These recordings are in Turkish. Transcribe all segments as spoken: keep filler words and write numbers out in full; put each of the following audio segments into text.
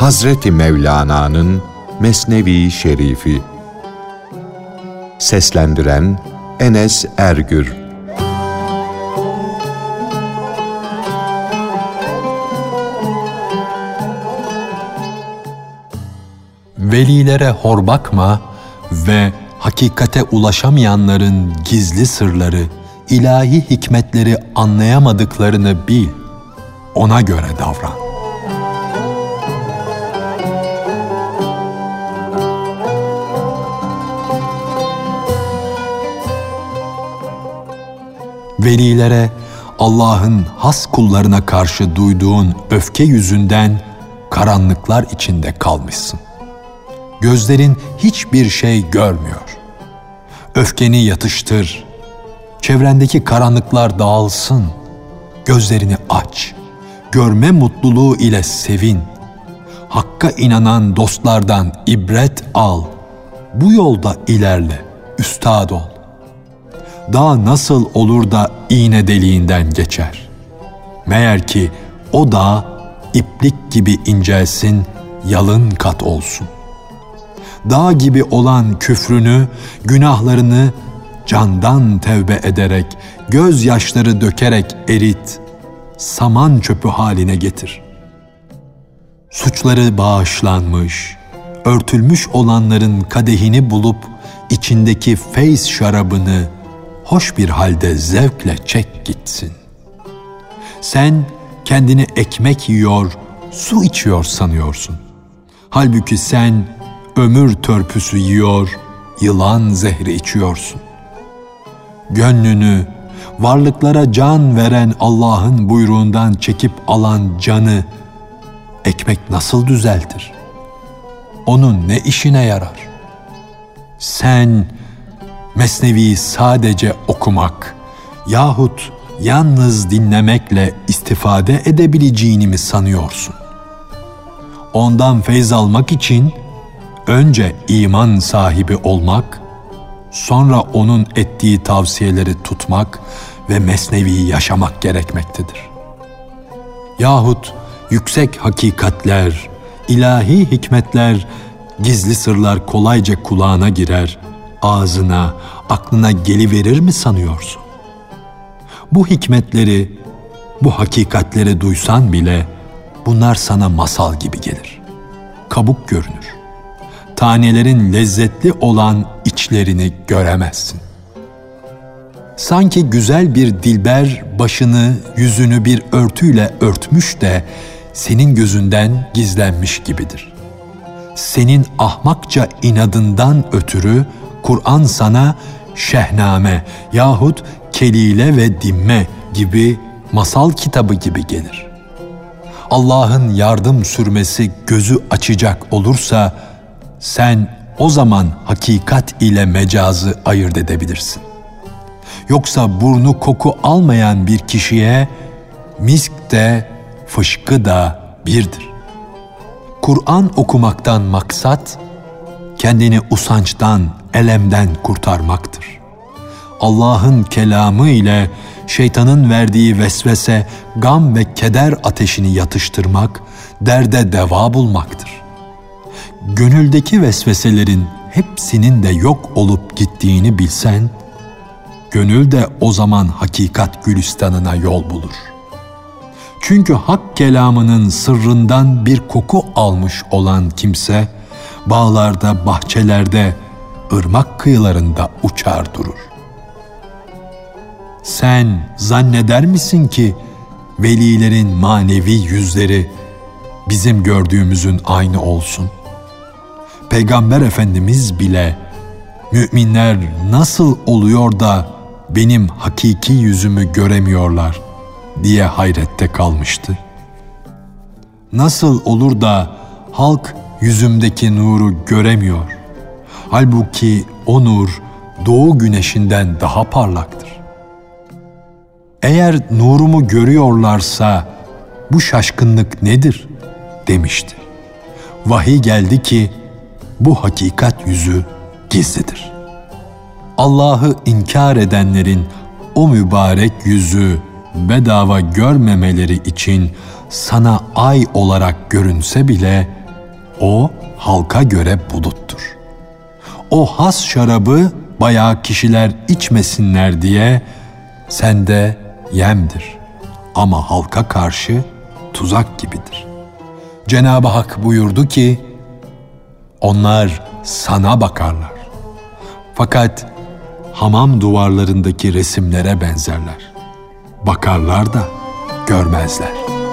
Hazreti Mevlana'nın Mesnevi Şerifi. Seslendiren Enes Ergür. Velilere hor bakma ve hakikate ulaşamayanların gizli sırları, ilahi hikmetleri anlayamadıklarını bil. Ona göre davran. Velilere, Allah'ın has kullarına karşı duyduğun öfke yüzünden karanlıklar içinde kalmışsın. Gözlerin hiçbir şey görmüyor. Öfkeni yatıştır. Çevrendeki karanlıklar dağılsın. Gözlerini aç. Görme mutluluğu ile sevin. Hakka inanan dostlardan ibret al. Bu yolda ilerle, üstad ol. Dağ nasıl olur da iğne deliğinden geçer? Meğer ki o dağ iplik gibi incelsin, yalın kat olsun. Dağ gibi olan küfrünü, günahlarını candan tevbe ederek, gözyaşları dökerek erit, saman çöpü haline getir. Suçları bağışlanmış, örtülmüş olanların kadehini bulup içindeki feyz şarabını hoş bir halde zevkle çek gitsin. Sen kendini ekmek yiyor, su içiyor sanıyorsun. Halbuki sen ömür törpüsü yiyor, yılan zehri içiyorsun. Gönlünü, varlıklara can veren Allah'ın buyruğundan çekip alan canı ekmek nasıl düzeltir? Onun ne işine yarar? Sen Mesnevi'yi sadece okumak yahut yalnız dinlemekle istifade edebileceğini mi sanıyorsun? Ondan feyz almak için önce iman sahibi olmak, sonra onun ettiği tavsiyeleri tutmak ve Mesnevi'yi yaşamak gerekmektedir. Yahut yüksek hakikatler, ilahi hikmetler, gizli sırlar kolayca kulağına girer, ağzına, aklına geliverir mi sanıyorsun? Bu hikmetleri, bu hakikatleri duysan bile bunlar sana masal gibi gelir. Kabuk görünür. Tanelerin lezzetli olan içlerini göremezsin. Sanki güzel bir dilber başını, yüzünü bir örtüyle örtmüş de senin gözünden gizlenmiş gibidir. Senin ahmakça inadından ötürü Kur'an sana şehname yahut kelile ve dimme gibi masal kitabı gibi gelir. Allah'ın yardım sürmesi gözü açacak olursa sen o zaman hakikat ile mecazı ayırt edebilirsin. Yoksa burnu koku almayan bir kişiye misk de fışkı da birdir. Kur'an okumaktan maksat kendini usançtan, elemden kurtarmaktır. Allah'ın kelamı ile şeytanın verdiği vesvese, gam ve keder ateşini yatıştırmak, derde deva bulmaktır. Gönüldeki vesveselerin hepsinin de yok olup gittiğini bilsen, gönül de o zaman hakikat gülistanına yol bulur. Çünkü hak kelamının sırrından bir koku almış olan kimse, bağlarda, bahçelerde, ırmak kıyılarında uçar durur. Sen zanneder misin ki velilerin manevi yüzleri bizim gördüğümüzün aynı olsun? Peygamber Efendimiz bile müminler nasıl oluyor da benim hakiki yüzümü göremiyorlar diye hayrette kalmıştı. Nasıl olur da halk yüzümdeki nuru göremiyor? Halbuki o nur doğu güneşinden daha parlaktır. Eğer nurumu görüyorlarsa bu şaşkınlık nedir demişti. Vahiy geldi ki bu hakikat yüzü gizlidir. Allah'ı inkar edenlerin o mübarek yüzü bedava görmemeleri için sana ay olarak görünse bile O halka göre buluttur. O has şarabı bayağı kişiler içmesinler diye sende yemdir. Ama halka karşı tuzak gibidir. Cenab-ı Hak buyurdu ki, onlar sana bakarlar. Fakat hamam duvarlarındaki resimlere benzerler. Bakarlar da görmezler.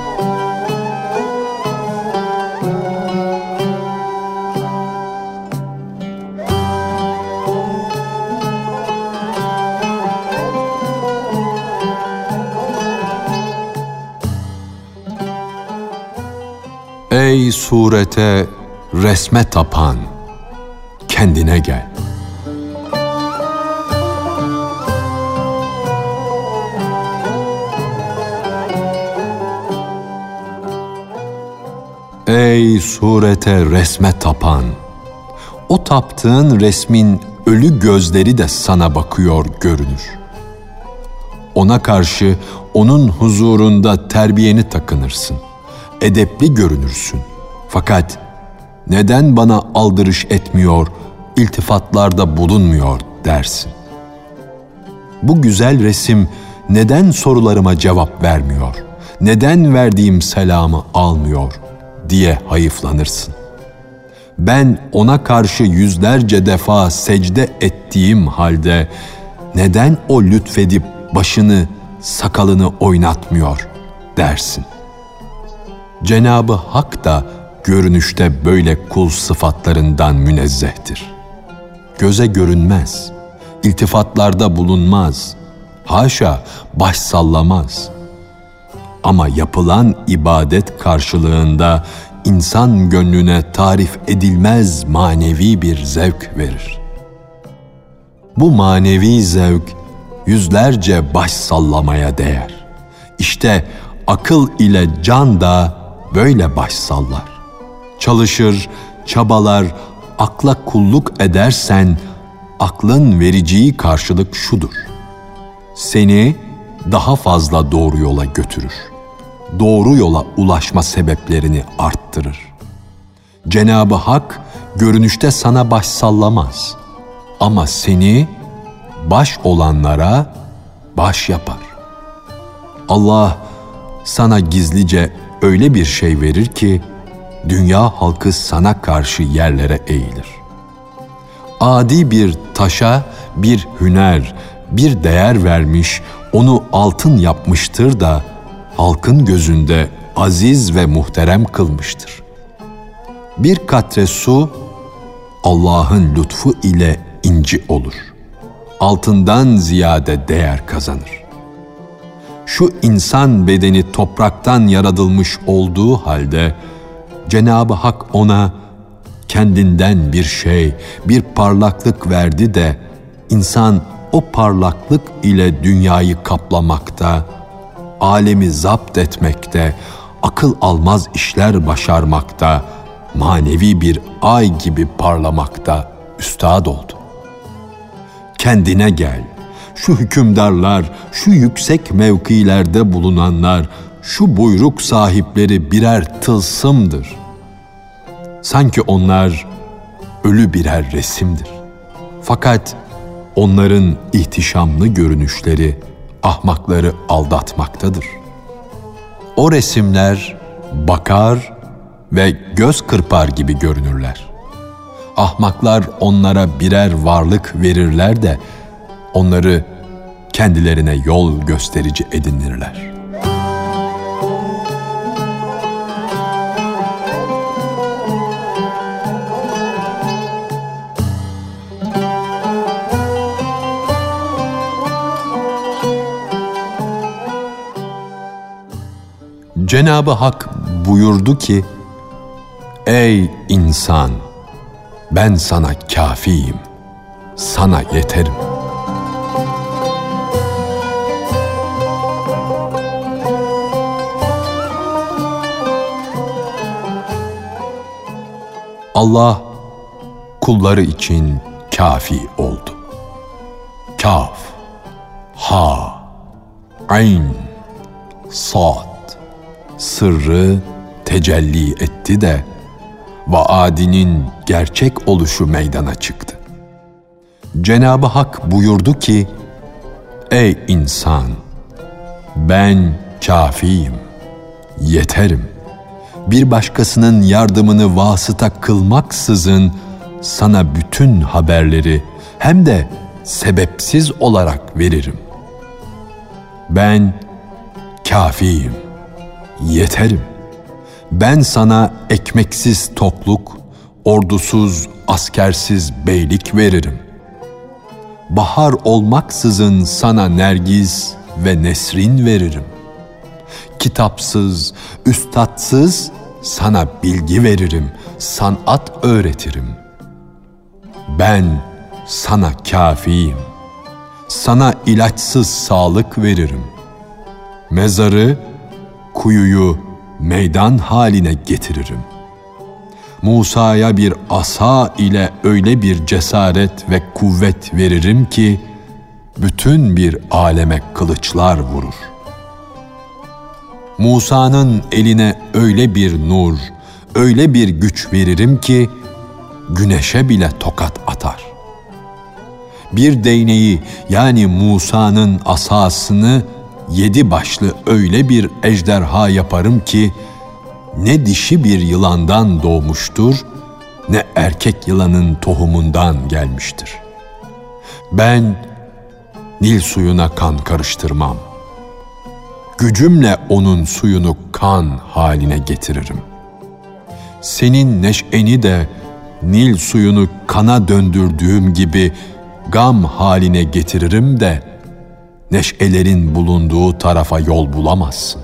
Ey surete, resme tapan, kendine gel. Ey surete, resme tapan, o taptığın resmin ölü gözleri de sana bakıyor görünür. Ona karşı onun huzurunda terbiyeni takınırsın. Edepli görünürsün. Fakat neden bana aldırış etmiyor, iltifatlarda bulunmuyor dersin. Bu güzel resim neden sorularıma cevap vermiyor, neden verdiğim selamı almıyor diye hayıflanırsın. Ben ona karşı yüzlerce defa secde ettiğim halde neden o lütfedip başını, sakalını oynatmıyor dersin. Cenab-ı Hak da görünüşte böyle kul sıfatlarından münezzehtir. Göze görünmez, iltifatlarda bulunmaz, haşa baş sallamaz. Ama yapılan ibadet karşılığında insan gönlüne tarif edilmez manevi bir zevk verir. Bu manevi zevk yüzlerce baş sallamaya değer. İşte akıl ile can da böyle baş sallar. Çalışır, çabalar, akla kulluk edersen, aklın vereceği karşılık şudur: seni daha fazla doğru yola götürür. Doğru yola ulaşma sebeplerini arttırır. Cenab-ı Hak görünüşte sana baş sallamaz. Ama seni baş olanlara baş yapar. Allah sana gizlice öyle bir şey verir ki, dünya halkı sana karşı yerlere eğilir. Adi bir taşa bir hüner, bir değer vermiş, onu altın yapmıştır da, halkın gözünde aziz ve muhterem kılmıştır. Bir katre su, Allah'ın lütfu ile inci olur. Altından ziyade değer kazanır. Şu insan bedeni topraktan yaratılmış olduğu halde, Cenab-ı Hak ona kendinden bir şey, bir parlaklık verdi de, insan o parlaklık ile dünyayı kaplamakta, alemi zapt etmekte, akıl almaz işler başarmakta, manevi bir ay gibi parlamakta üstad oldu. Kendine gel. Şu hükümdarlar, şu yüksek mevkilerde bulunanlar, şu buyruk sahipleri birer tılsımdır. Sanki onlar ölü birer resimdir. Fakat onların ihtişamlı görünüşleri ahmakları aldatmaktadır. O resimler bakar ve göz kırpar gibi görünürler. Ahmaklar onlara birer varlık verirler de onları kendilerine yol gösterici edinirler. Cenab-ı Hak buyurdu ki, ey insan, ben sana kâfiyim, sana yeterim. Allah kulları için kâfi oldu. Kaf, ha, ayn, sad sırrı tecelli etti de vaadinin gerçek oluşu meydana çıktı. Cenab-ı Hak buyurdu ki, ey insan, ben kâfiyim, yeterim. Bir başkasının yardımını vasıta kılmaksızın sana bütün haberleri hem de sebepsiz olarak veririm. Ben kâfiyim, yeterim. Ben sana ekmeksiz tokluk, ordusuz, askersiz beylik veririm. Bahar olmaksızın sana nergiz ve nesrin veririm. Kitapsız, üstadsız sana bilgi veririm, sanat öğretirim. Ben sana kâfiyim. Sana ilaçsız sağlık veririm. Mezarı, kuyuyu meydan haline getiririm. Musa'ya bir asa ile öyle bir cesaret ve kuvvet veririm ki, bütün bir aleme kılıçlar vurur. Musa'nın eline öyle bir nur, öyle bir güç veririm ki, güneşe bile tokat atar. Bir değneği yani Musa'nın asasını yedi başlı öyle bir ejderha yaparım ki, ne dişi bir yılandan doğmuştur, ne erkek yılanın tohumundan gelmiştir. Ben Nil suyuna kan karıştırmam. Gücümle onun suyunu kan haline getiririm. Senin neşeni de Nil suyunu kana döndürdüğüm gibi gam haline getiririm de neşelerin bulunduğu tarafa yol bulamazsın.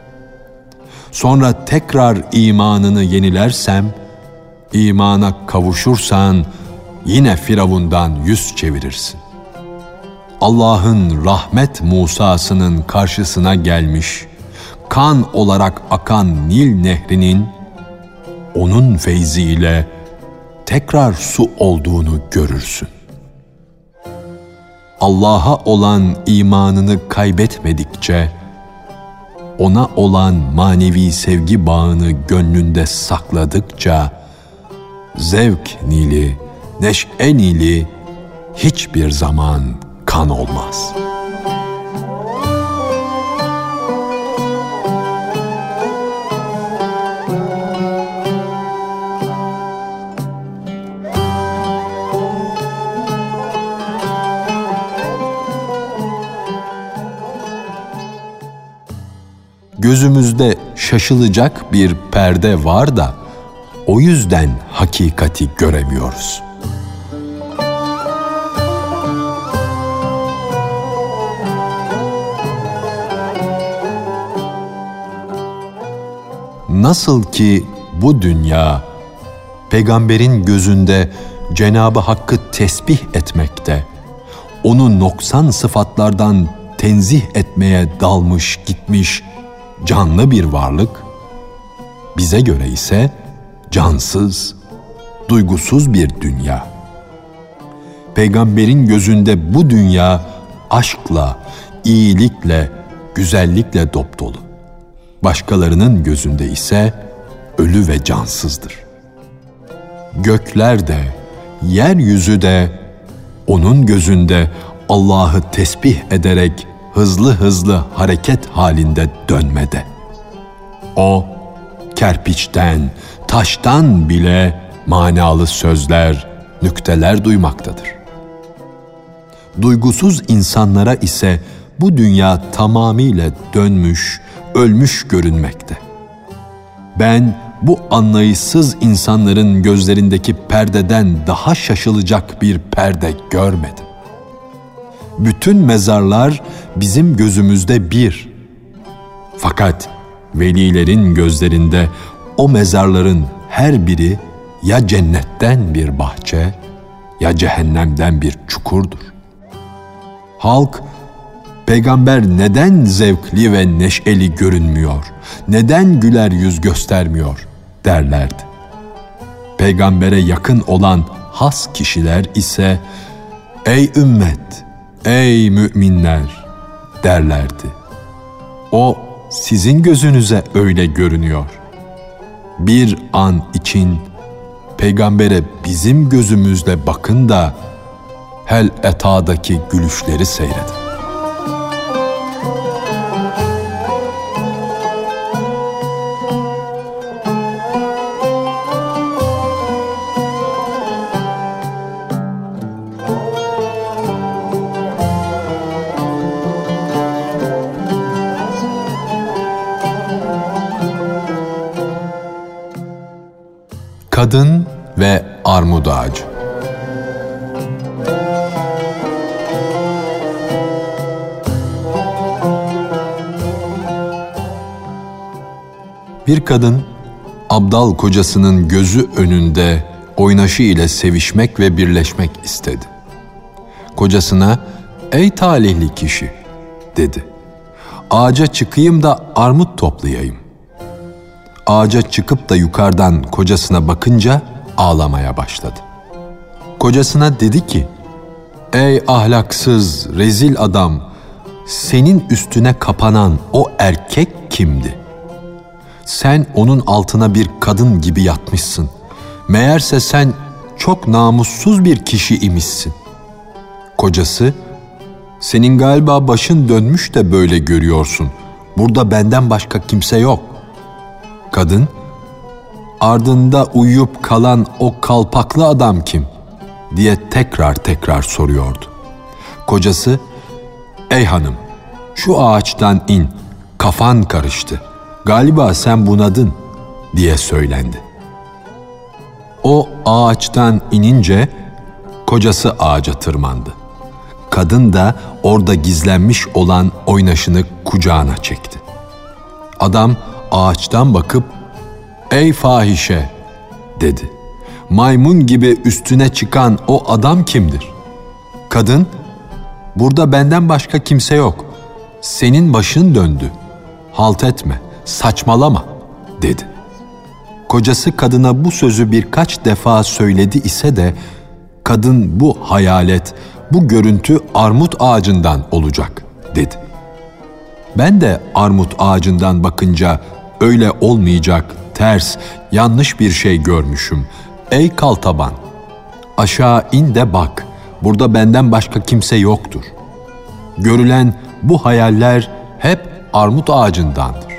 Sonra tekrar imanını yenilersem, imana kavuşursan yine Firavundan yüz çevirirsin. Allah'ın rahmet Musa'sının karşısına gelmiş, kan olarak akan Nil nehrinin onun feyziyle tekrar su olduğunu görürsün. Allah'a olan imanını kaybetmedikçe, ona olan manevi sevgi bağını gönlünde sakladıkça, zevk Nili, neşe Nili hiçbir zaman kan olmaz. Gözümüzde şaşılacak bir perde var da o yüzden hakikati göremiyoruz. Nasıl ki bu dünya peygamberin gözünde Cenab-ı Hakk'ı tesbih etmekte, onu noksan sıfatlardan tenzih etmeye dalmış gitmiş canlı bir varlık, bize göre ise cansız, duygusuz bir dünya. Peygamberin gözünde bu dünya aşkla, iyilikle, güzellikle dopdolu. Başkalarının gözünde ise ölü ve cansızdır. Gökler de, yeryüzü de onun gözünde Allah'ı tesbih ederek hızlı hızlı hareket halinde dönmede. O, kerpiçten, taştan bile manalı sözler, nükteler duymaktadır. Duygusuz insanlara ise bu dünya tamamıyla dönmüş, ölmüş görünmekte. Ben bu anlayışsız insanların gözlerindeki perdeden daha şaşılacak bir perde görmedim. Bütün mezarlar bizim gözümüzde bir. Fakat velilerin gözlerinde o mezarların her biri ya cennetten bir bahçe ya cehennemden bir çukurdur. Halk, peygamber neden zevkli ve neşeli görünmüyor, neden güler yüz göstermiyor derlerdi. Peygambere yakın olan has kişiler ise, ey ümmet, ey müminler derlerdi. O sizin gözünüze öyle görünüyor. Bir an için peygambere bizim gözümüzle bakın da hel etadaki gülüşleri seyredin. Kadın ve armud ağacı. Bir kadın, abdal kocasının gözü önünde oynaşı ile sevişmek ve birleşmek istedi. Kocasına, "Ey talihli kişi," dedi. "Ağaca çıkayım da armut toplayayım." Ağaca çıkıp da yukarıdan kocasına bakınca ağlamaya başladı. Kocasına dedi ki, "Ey ahlaksız, rezil adam, senin üstüne kapanan o erkek kimdi? Sen onun altına bir kadın gibi yatmışsın. Meğerse sen çok namussuz bir kişi imişsin." Kocası, "Senin galiba başın dönmüş de böyle görüyorsun. Burada benden başka kimse yok." Kadın, "Ardında uyuyup kalan o kalpaklı adam kim?" diye tekrar tekrar soruyordu. Kocası, "Ey hanım, şu ağaçtan in, kafan karıştı. Galiba sen bunadın," diye söylendi. O ağaçtan inince kocası ağaca tırmandı. Kadın da orada gizlenmiş olan oynaşını kucağına çekti. Adam ağaçtan bakıp, "Ey fahişe," dedi. "Maymun gibi üstüne çıkan o adam kimdir?" Kadın, "Burada benden başka kimse yok. Senin başın döndü. Halt etme, saçmalama," dedi. Kocası kadına bu sözü birkaç defa söyledi ise de kadın bu hayalet, bu görüntü armut ağacından olacak dedi. Ben de armut ağacından bakınca öyle olmayacak, ters, yanlış bir şey görmüşüm. Ey kaltaban, aşağı in de bak, burada benden başka kimse yoktur. Görülen bu hayaller hep armut ağacındandır.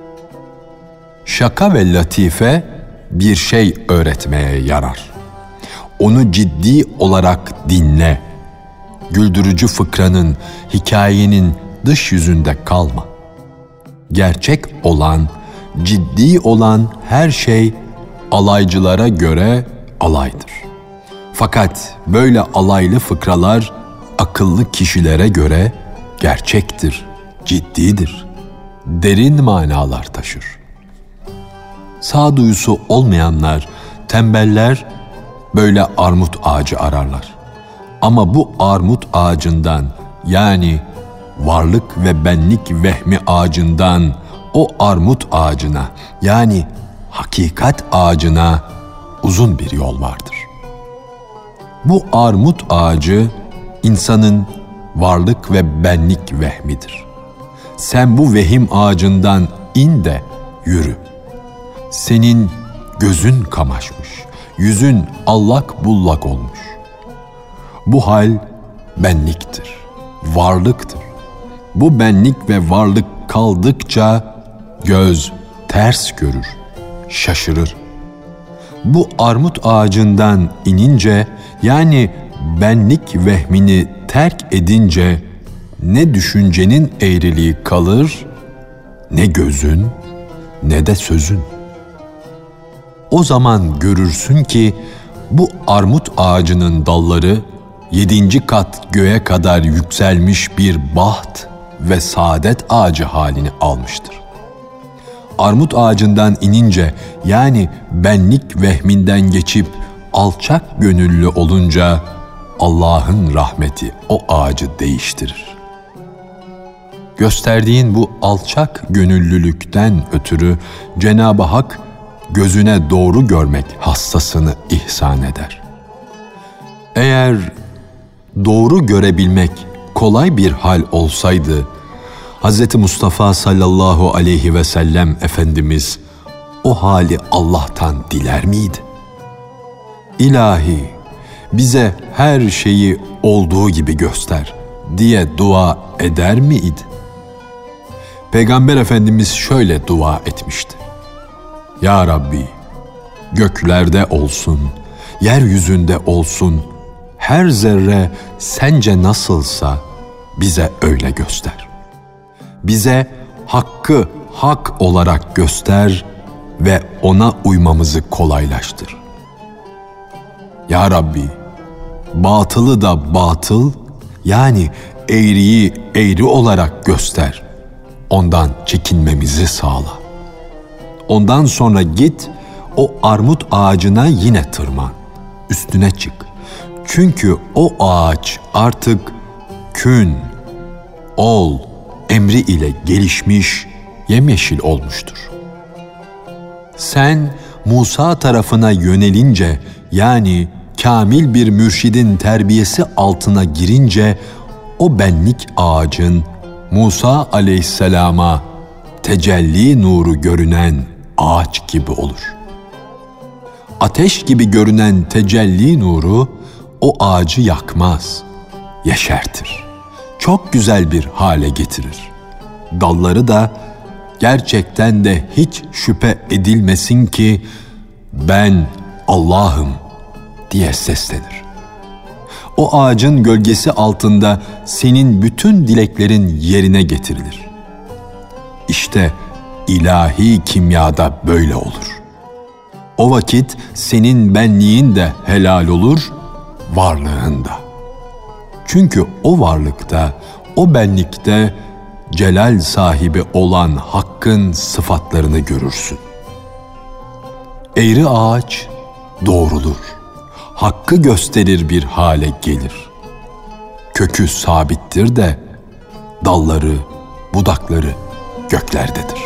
Şaka ve latife bir şey öğretmeye yarar. Onu ciddi olarak dinle. Güldürücü fıkranın, hikayenin dış yüzünde kalma. Gerçek olan, ciddi olan her şey alaycılara göre alaydır. Fakat böyle alaylı fıkralar akıllı kişilere göre gerçektir, ciddidir, derin manalar taşır. Sağduyusu olmayanlar, tembeller böyle armut ağacı ararlar. Ama bu armut ağacından, yani varlık ve benlik vehmi ağacından o armut ağacına, yani hakikat ağacına uzun bir yol vardır. Bu armut ağacı insanın varlık ve benlik vehmidir. Sen bu vehim ağacından in de yürü. Senin gözün kamaşmış, yüzün allak bullak olmuş. Bu hal benliktir, varlıktır. Bu benlik ve varlık kaldıkça göz ters görür, şaşırır. Bu armut ağacından inince, yani benlik vehmini terk edince ne düşüncenin eğriliği kalır, ne gözün, ne de sözün. O zaman görürsün ki bu armut ağacının dalları yedinci kat göğe kadar yükselmiş bir baht ve saadet ağacı halini almıştır. Armut ağacından inince, yani benlik vehminden geçip alçak gönüllü olunca Allah'ın rahmeti o ağacı değiştirir. Gösterdiğin bu alçak gönüllülükten ötürü Cenab-ı Hak gözüne doğru görmek hassasını ihsan eder. Eğer doğru görebilmek kolay bir hal olsaydı, Hz. Mustafa sallallahu aleyhi ve sellem Efendimiz o hali Allah'tan diler miydi? İlahi, bize her şeyi olduğu gibi göster diye dua eder miydi? Peygamber Efendimiz şöyle dua etmişti. Ya Rabbi, göklerde olsun, yeryüzünde olsun, her zerre sence nasılsa bize öyle göster. Bize hakkı hak olarak göster ve ona uymamızı kolaylaştır. Ya Rabbi, batılı da batıl, yani eğriyi eğri olarak göster. Ondan çekinmemizi sağla. Ondan sonra git, o armut ağacına yine tırman. Üstüne çık. Çünkü o ağaç artık kün, ol emri ile gelişmiş, yemyeşil olmuştur. Sen Musa tarafına yönelince, yani kamil bir mürşidin terbiyesi altına girince, o benlik ağacın Musa aleyhisselama tecelli nuru görünen ağaç gibi olur. Ateş gibi görünen tecelli nuru o ağacı yakmaz, yeşertir. Çok güzel bir hale getirir. Dalları da gerçekten de hiç şüphe edilmesin ki ben Allah'ım diye seslenir. O ağacın gölgesi altında senin bütün dileklerin yerine getirilir. İşte ilahi kimyada böyle olur. O vakit senin benliğin de helal olur, varlığın da. Çünkü o varlıkta, o benlikte celal sahibi olan Hakk'ın sıfatlarını görürsün. Eğri ağaç doğrulur, Hakk'ı gösterir bir hale gelir. Kökü sabittir de dalları, budakları göklerdedir.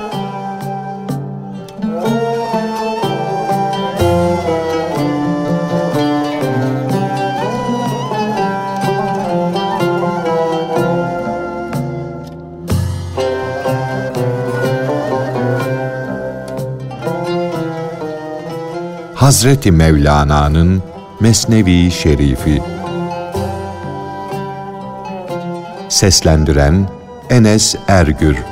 Hazreti Mevlana'nın Mesnevi Şerifi. Seslendiren Enes Ergür.